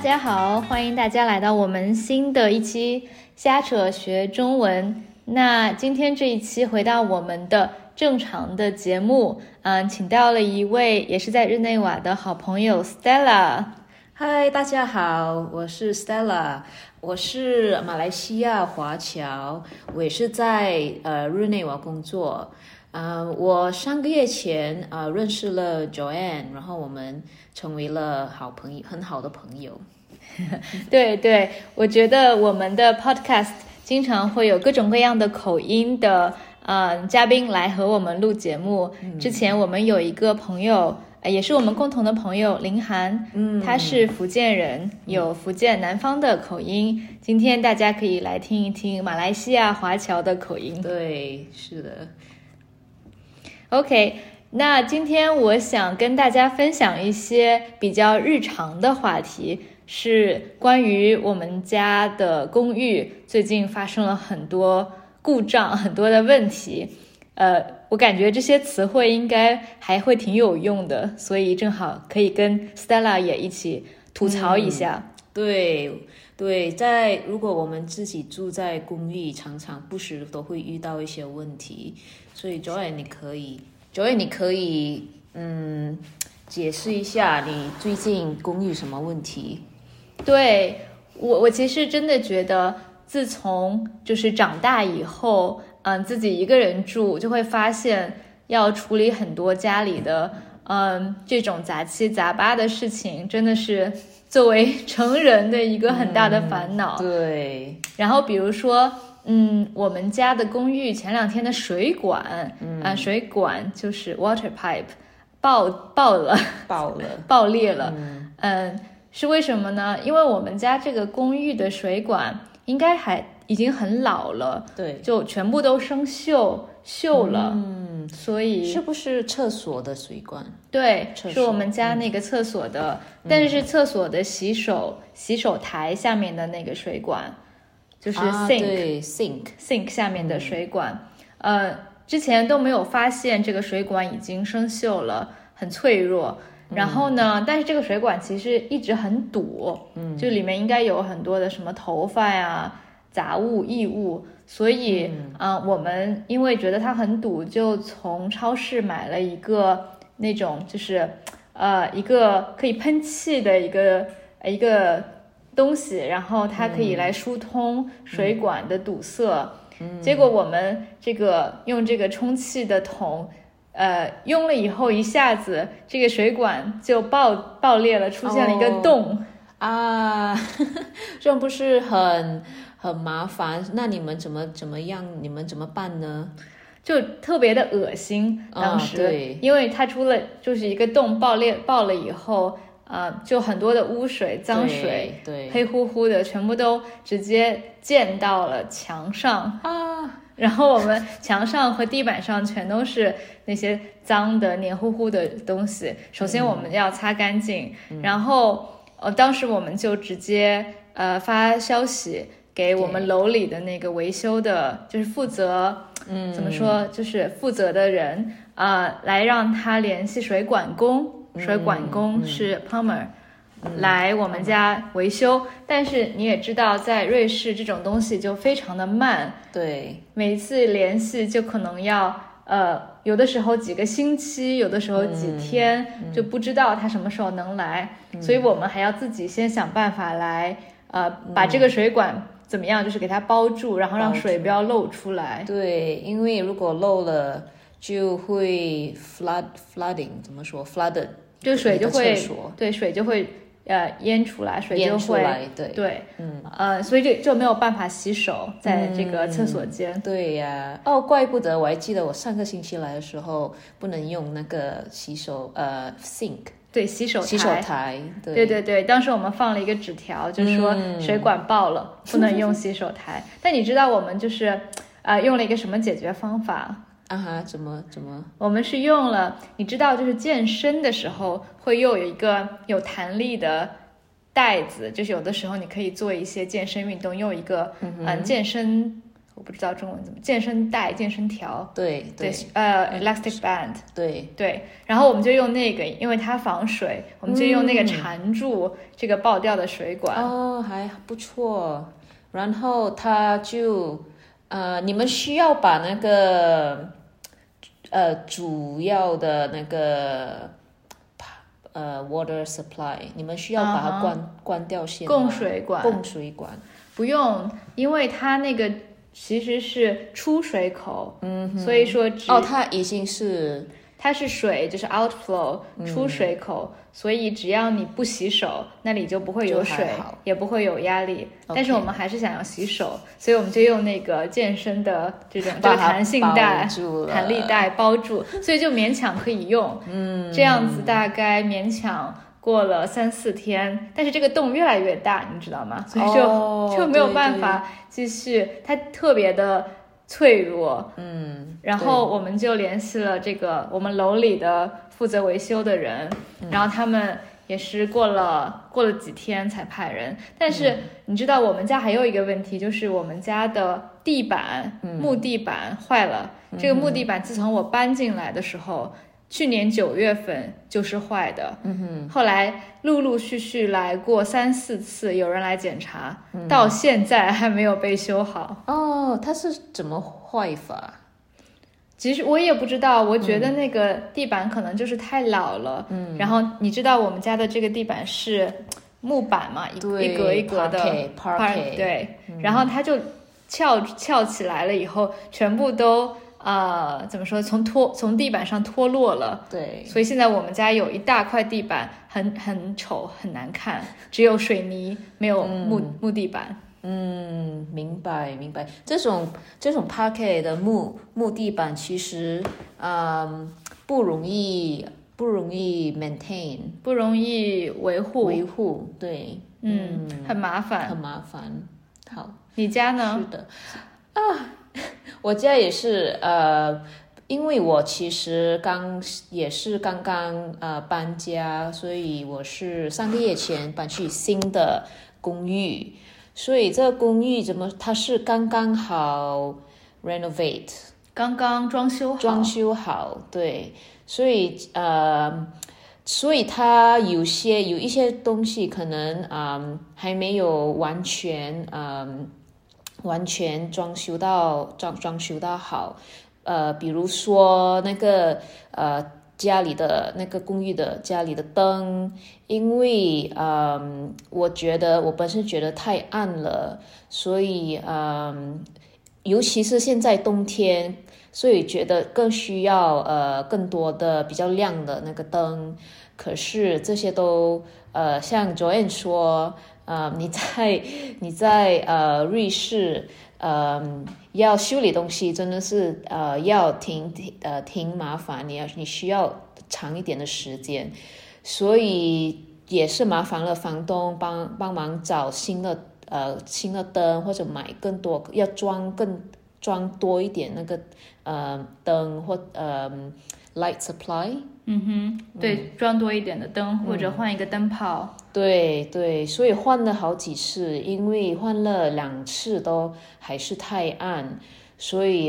家好，欢迎大家来到我们新的一期瞎扯学中文。那今天这一期回到我们的正常的节目，请到了一位也是在日内瓦的好朋友 Stella。 嗨，大家好，我是 Stella， 我是马来西亚华侨，我也是在日内瓦工作。我3个月前认识了 Joanne， 然后我们成为了很好的朋友。 对，我觉得我们的 podcast 经常会有各种各样的口音的嘉宾来和我们录节目。之前我们有一个朋友，也是我们共同的朋友林涵，他是福建人，有福建南方的口音。今天大家可以来听一听马来西亚华侨的口音。 对，是的。 OK， 那今天我想跟大家分享一些比较日常的话题，是关于我们家的公寓最近发生了很多故障，很多的问题。我感觉这些词汇应该还会挺有用的，所以正好可以跟 Stella 也一起吐槽一下。 对，如果我们自己住在公寓，常常不时都会遇到一些问题，所以 Joanne 你可以解释一下你最近公寓什么问题？ 对，我其实真的觉得，自从就是长大以后，自己一个人住，就会发现要处理很多家里的这种杂七杂八的事情，真的是作为成人的一个很大的烦恼。 对。然后比如说我们家的公寓前2天的水管，水管就是 water pipe 爆裂了。是为什么呢？因为我们家这个公寓的水管应该已经很老了， 对， 就全部都生锈了。所以是不是厕所的水管？ 对，是我们家那个厕所的，但是厕所的洗手台下面的那个水管，就是 sink 下面的水管。之前都没有发现这个水管已经生锈了，很脆弱。然后呢，但是这个水管其实一直很堵，就里面应该有很多的什么头发呀、杂物、异物，所以我们因为觉得它很堵，就从超市买了一个那种就是一个可以喷气的一个东西，然后它可以来疏通水管的堵塞。结果我们用这个充气的桶用了以后，一下子这个水管就爆裂了，出现了一个洞。 这样不是很麻烦？那你们怎么样？你们怎么办呢？ 就特别的恶心，当时， 对， 因为它出了就是一个洞爆了以后，就很多的污水、脏水， 对， 黑乎乎的，全部都直接溅到了墙上然后我们墙上和地板上全都是那些脏的黏糊糊的东西。首先我们要擦干净，然后当时我们就直接发消息给我们楼里的那个维修的，就是负责怎么说，就是负责的人来让他联系水管工，水管工是 plumber，来我们家维修。但是你也知道，在瑞士这种东西就非常的慢， 对， 每一次联系就可能要有的时候几个星期，有的时候几天，就不知道他什么时候能来，所以我们还要自己先想办法来把这个水管怎么样，就是给它包住，然后让水不要漏出来。 对，因为如果漏了就会 flooding， 怎么说 flooded， 就水就会，对，水就会淹出来，水就会对，所以就没有办法洗手在这个厕所间。 对呀，怪不得我还记得我上个星期来的时候不能用那个洗手sink。 对，洗手台， 对，当时我们放了一个纸条，就说水管爆了，不能用洗手台。但你知道我们就是用了一个什么解决方法？ 怎么？ 我们是用了，你知道，就是健身的时候会有一个有弹力的袋子，就是有的时候你可以做一些健身运动，用一个健身我不知道中文怎么，健身带、健身条， 对， elastic band， 对， 然后我们就用那个，因为它防水，我们就用那个缠住这个爆掉的水管。 还不错。然后它就你们需要把那个主要的那个water supply， 你们需要把它关掉先吗？供水管不用，因为它那个其实是出水口，所以说它已经是它是水，就是 outflow 出水口，所以只要你不洗手，那里就不会有水，也不会有压力。但是我们还是想要洗手，所以我们就用那个健身的这个弹性带、弹力带包住，所以就勉强可以用。这样子大概勉强过了3-4天，但是这个洞越来越大，你知道吗？所以就没有办法继续，它特别的脆弱。然后我们就联系了这个我们楼里的负责维修的人，然后他们也是过了几天才派人。但是你知道我们家还有一个问题，就是我们家的地板，木地板坏了。这个木地板自从我搬进来的时候，去年9月份就是坏的。后来陆陆续续来过3-4次，有人来检查，到现在还没有被修好。 它是怎么坏法？ 其实我也不知道，我觉得那个地板可能就是太老了。然后你知道我们家的这个地板是木板嘛，一格一格的 parquet， 对，然后它就翘起来了以后，全部都怎么说，从地板上脱落了。 对， 所以现在我们家有一大块地板很丑，很难看，只有水泥，没有木地板。 明白。这种 parquet 的木地板其实不容易 maintain， 不容易维护。 对， 很麻烦。 好， 你家呢？ 是的我家也是因为我其实也是刚刚搬家，所以我是3个月前搬去新的公寓。所以这个公寓它是刚刚好 renovate， 刚刚装修好， 对，所以它有一些东西可能还没有完全装修到好，比如说那个家里的那个公寓的家里的灯，因为我本身觉得太暗了，所以尤其是现在冬天，所以觉得更需要更多的比较亮的那个灯。可是这些都像 Joanne 说，你在瑞士要修理东西真的是要挺麻烦，你需要长一点的时间，所以也是麻烦了房东帮忙找新的灯，或者买更多，要装多一点那个灯或light supply。 对，装多一点的灯，或者换一个灯泡。 对，所以换了好几次，因为换了2次都还是太暗，所以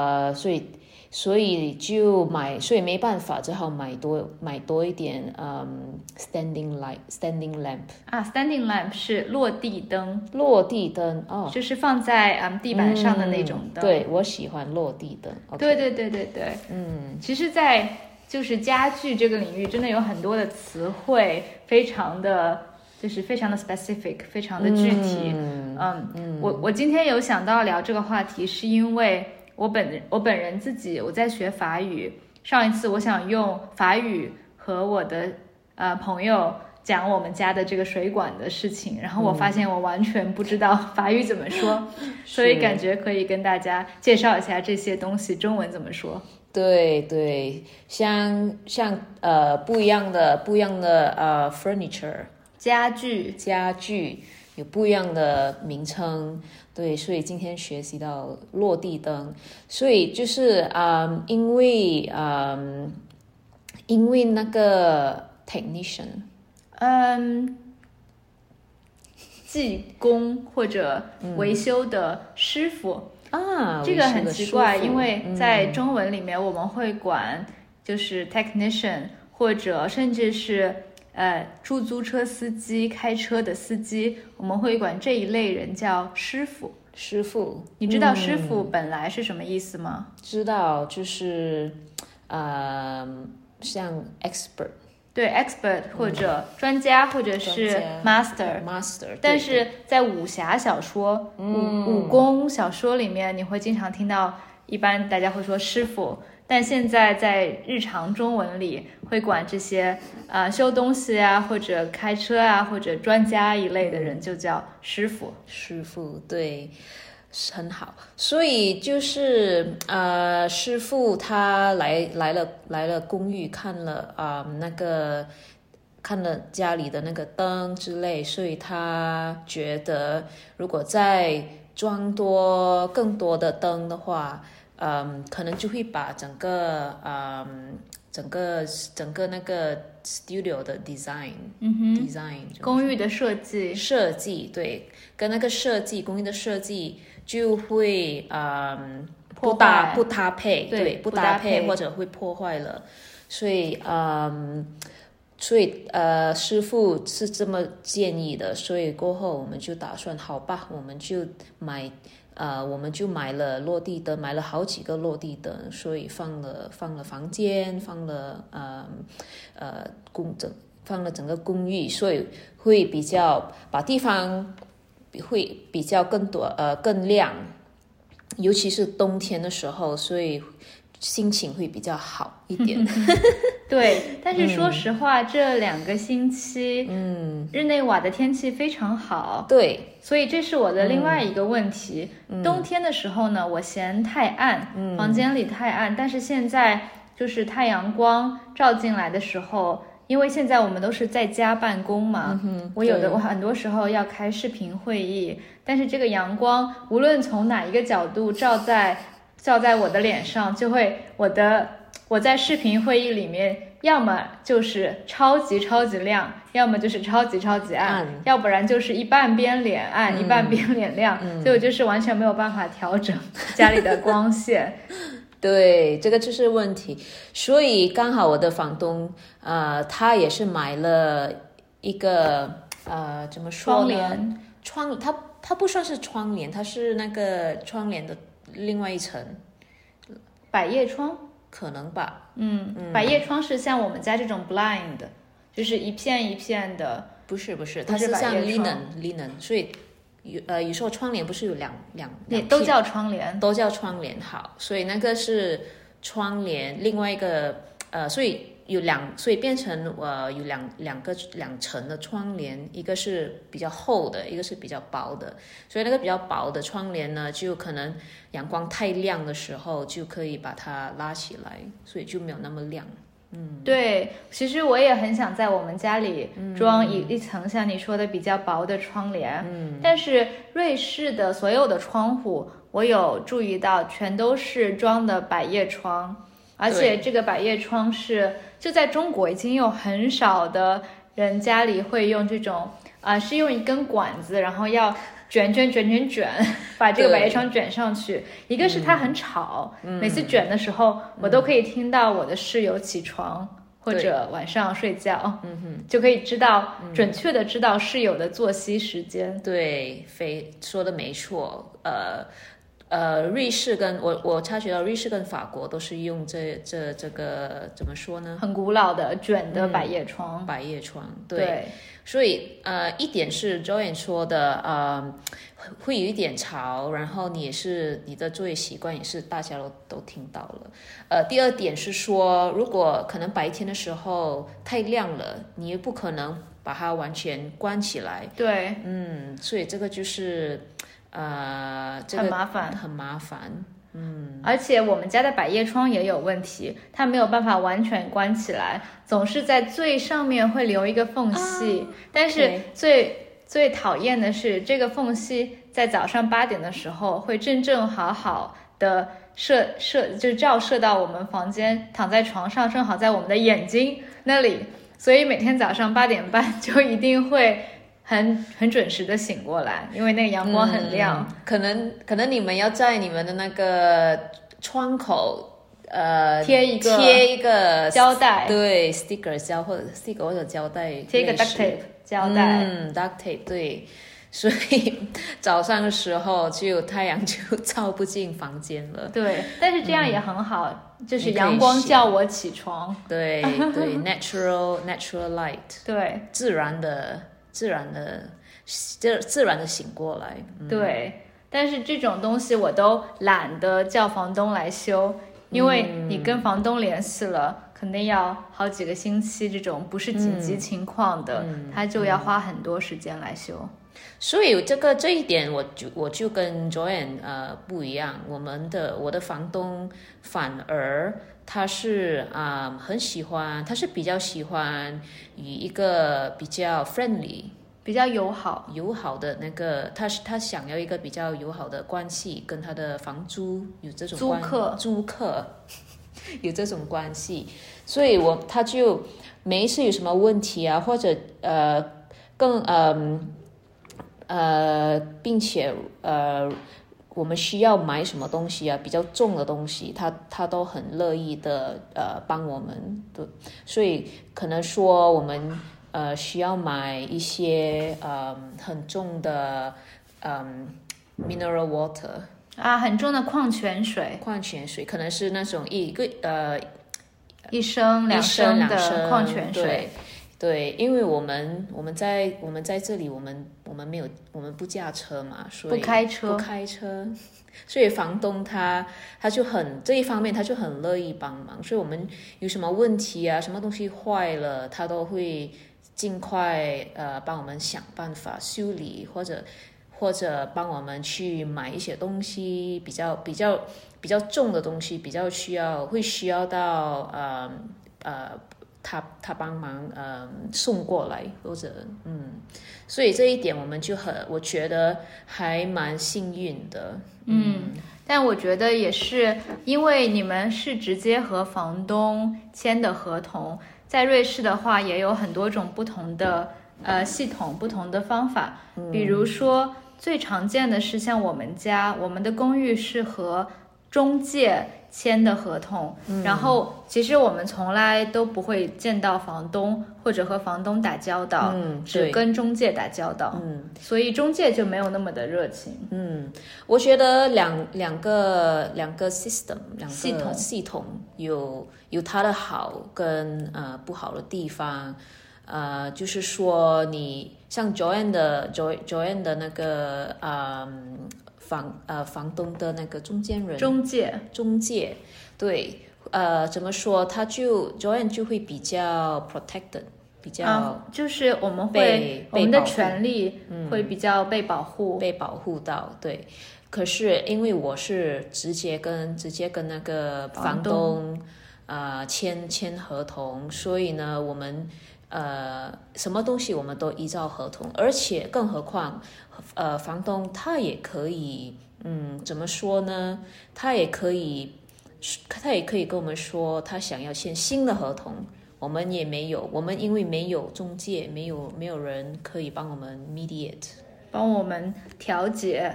所以没办法，只好买多一点standing lamp。 standing lamp 是落地灯就是放在地板上的那种灯。 对，我喜欢落地灯。 对。其实在就是家具这个领域真的有很多的词汇，非常的 specific， 非常的具体。我今天有想到聊这个话题，是因为我本人自己我在学法语，上一次我想用法语和我的朋友讲我们家的这个水管的事情，然后我发现我完全不知道法语怎么说，所以感觉可以跟大家介绍一下这些东西中文怎么说。 对，像不一样的furniture 家具有不一样的名称。对，所以今天学习到落地灯，所以就是因为那个 technician， 技工或者维修的师傅， 啊， 这个很奇怪，因为在嗯中文里面我们会管就是 technician 或者甚至是出租车司机、开车的司机，我们会管这一类人叫师傅。 师傅， 你知道师傅本来是什么意思吗？ 知道，就是像 expert。 对 expert 或者专家或者是 master， 但是在武侠小说、武功小说里面，你会经常听到，一般大家会说师傅，但现在在日常中文里会管这些修东西啊或者开车啊或者专家一类的人就叫师傅。 师傅，对，很好。所以就是师傅他来了公寓，看了看了家里的那个灯之类，所以他觉得如果再装更多的灯的话，可能就会把整个那个 studio 的 design， 公寓的设计， 对，跟那个公寓的设计就会不搭配，对，不搭配或者会破坏了，所以师傅是这么建议的，所以过后我们就打算，好吧，我们就买了落地灯，买了好几个落地灯，所以放了房间，放了整个公寓，所以会比较把地方会比较更亮，尤其是冬天的时候，所以心情会比较好一点。 对，但是说实话，这2个星期，日内瓦的天气非常好。 对， 所以这是我的另外一个问题。冬天的时候呢，我嫌太暗，房间里太暗。但是现在就是太阳光照进来的时候，因为现在我们都是在家办公嘛，我很多时候要开视频会议，但是这个阳光无论从哪一个角度照在我的脸上，就会我在视频会议里面，要么就是超级超级亮，要么就是超级超级暗，要不然就是一半边脸暗，一半边脸亮，所以我就是完全没有办法调整家里的光线。 对，这个就是问题。所以刚好我的房东他也是买了一个怎么说呢？它不算是窗帘，它是那个窗帘的另外一层百叶窗。 可能吧， 百叶窗是像我们家这种 blind， 就是一片一片的。 不是，它是像 linen， 所以有时候窗帘不是有两都叫窗帘， 好，所以那个是窗帘，另外一个所以变成有两层的窗帘，一个是比较厚的，一个是比较薄的，所以那个比较薄的窗帘呢，就可能阳光太亮的时候就可以把它拉起来，所以就没有那么亮。 对，其实我也很想在我们家里装一层像你说的比较薄的窗帘，但是瑞士的所有的窗户我有注意到全都是装的百叶窗，而且这个百叶窗就在中国已经有很少的人家里会用这种是用一根管子，然后要卷把这个百叶窗卷上去。一个是它很吵，每次卷的时候我都可以听到我的室友起床或者晚上睡觉，就可以准确的知道室友的作息时间。 对，说的没错。瑞士跟我察觉到瑞士跟法国都是用这个怎么说呢？ 很古老的卷的百叶窗。 对。所以一点是 Joanne 说的，会有一点潮，然后你的作业习惯也是大家都听到了。第二点是说，如果可能白天的时候太亮了，你也不可能把它完全关起来。 对， 所以这个就是很麻烦。 而且我们家的百叶窗也有问题，它没有办法完全关起来，总是在最上面会留一个缝隙，但是最讨厌的是这个缝隙在早上8点的时候会正正好的就照射到我们房间，躺在床上正好在我们的眼睛那里，所以每天早上8点半就一定会很准时的醒过来，因为那个阳光很亮。 可能你们要在你们的那个窗口贴一个胶带， 对 sticker 或者胶带， 贴一个 duct tape 胶带 ，duct tape 对。所以早上的时候太阳就照不进房间了。 对，但是这样也很好，就是阳光叫我起床。 对对，natural light。 对， 自然的醒过来。 对，但是这种东西我都懒得叫房东来修，因为你跟房东联系了，肯定要好几个星期，这种不是紧急情况的，他就要花很多时间来修。 所以这一点我就跟 Joanne 不一样，我的房东反而他是很喜欢，他是比较喜欢与一个比较 friendly 比较友好的那个，他想要一个比较友好的关系，跟他的房租有这种租客有这种关系，所以他就每一次有什么问题啊，或者并且我们需要买什么东西啊，比较重的东西，他都很乐意的帮我们。对，所以可能说我们需要买一些很重的mineral water 很重的矿泉水， 可能是那种 1升2升的矿泉水。 对，因为我们在这里，我们不驾车嘛，所以不开车， 所以房东他就这一方面他就很乐意帮忙，所以我们有什么问题啊，什么东西坏了，他都会尽快帮我们想办法修理，或者帮我们去买一些东西，比较重的东西，会需要到他帮忙送过来，或者所以这一点我觉得还蛮幸运的。 但我觉得也是因为你们是直接和房东签的合同，在瑞士的话也有很多种不同的系统，不同的方法。比如说最常见的是像我们的公寓是和中介签的合同，然后其实我们从来都不会见到房东或者和房东打交道，只跟中介打交道，所以中介就没有那么的热情。 我觉得两个 system 系统有它的好跟不好的地方。就是说你像 Joanne 的那个房东的那个中介，对，怎么说，Joanne 就会比较 protected， 比较就是我们的权利会比较被保护到，对。可是因为我是直接跟那个房东签合同，所以呢我们什么东西我们都依照合同，而且更何况房东他也可以怎么说呢，他也可以跟我们说他想要签新的合同，我们也没有，我们因为没有中介，没有人可以帮我们 mediate， 帮我们调解，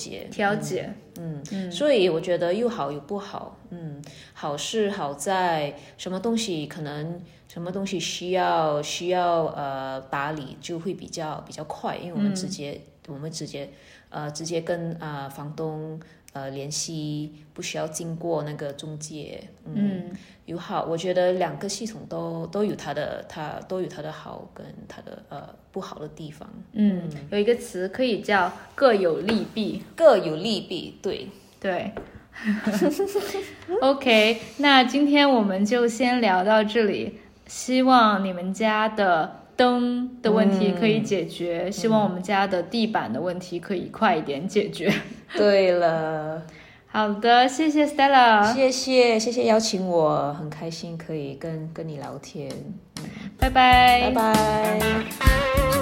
所以我觉得又好又不好。好是好在什么东西需要打理就会比较快，因为我们直接跟房东联系，不需要经过那个中介。有好，我觉得两个系统都有它的好跟它的不好的地方。 有一个词可以叫各有利弊，对。OK， 那今天我们就先聊到这里，希望你们家的灯的问题可以解决，希望我们家的地板的问题可以快一点解决。 对了， 好的，谢谢 Stella， 谢谢邀请我，很开心可以跟你聊天。 拜拜。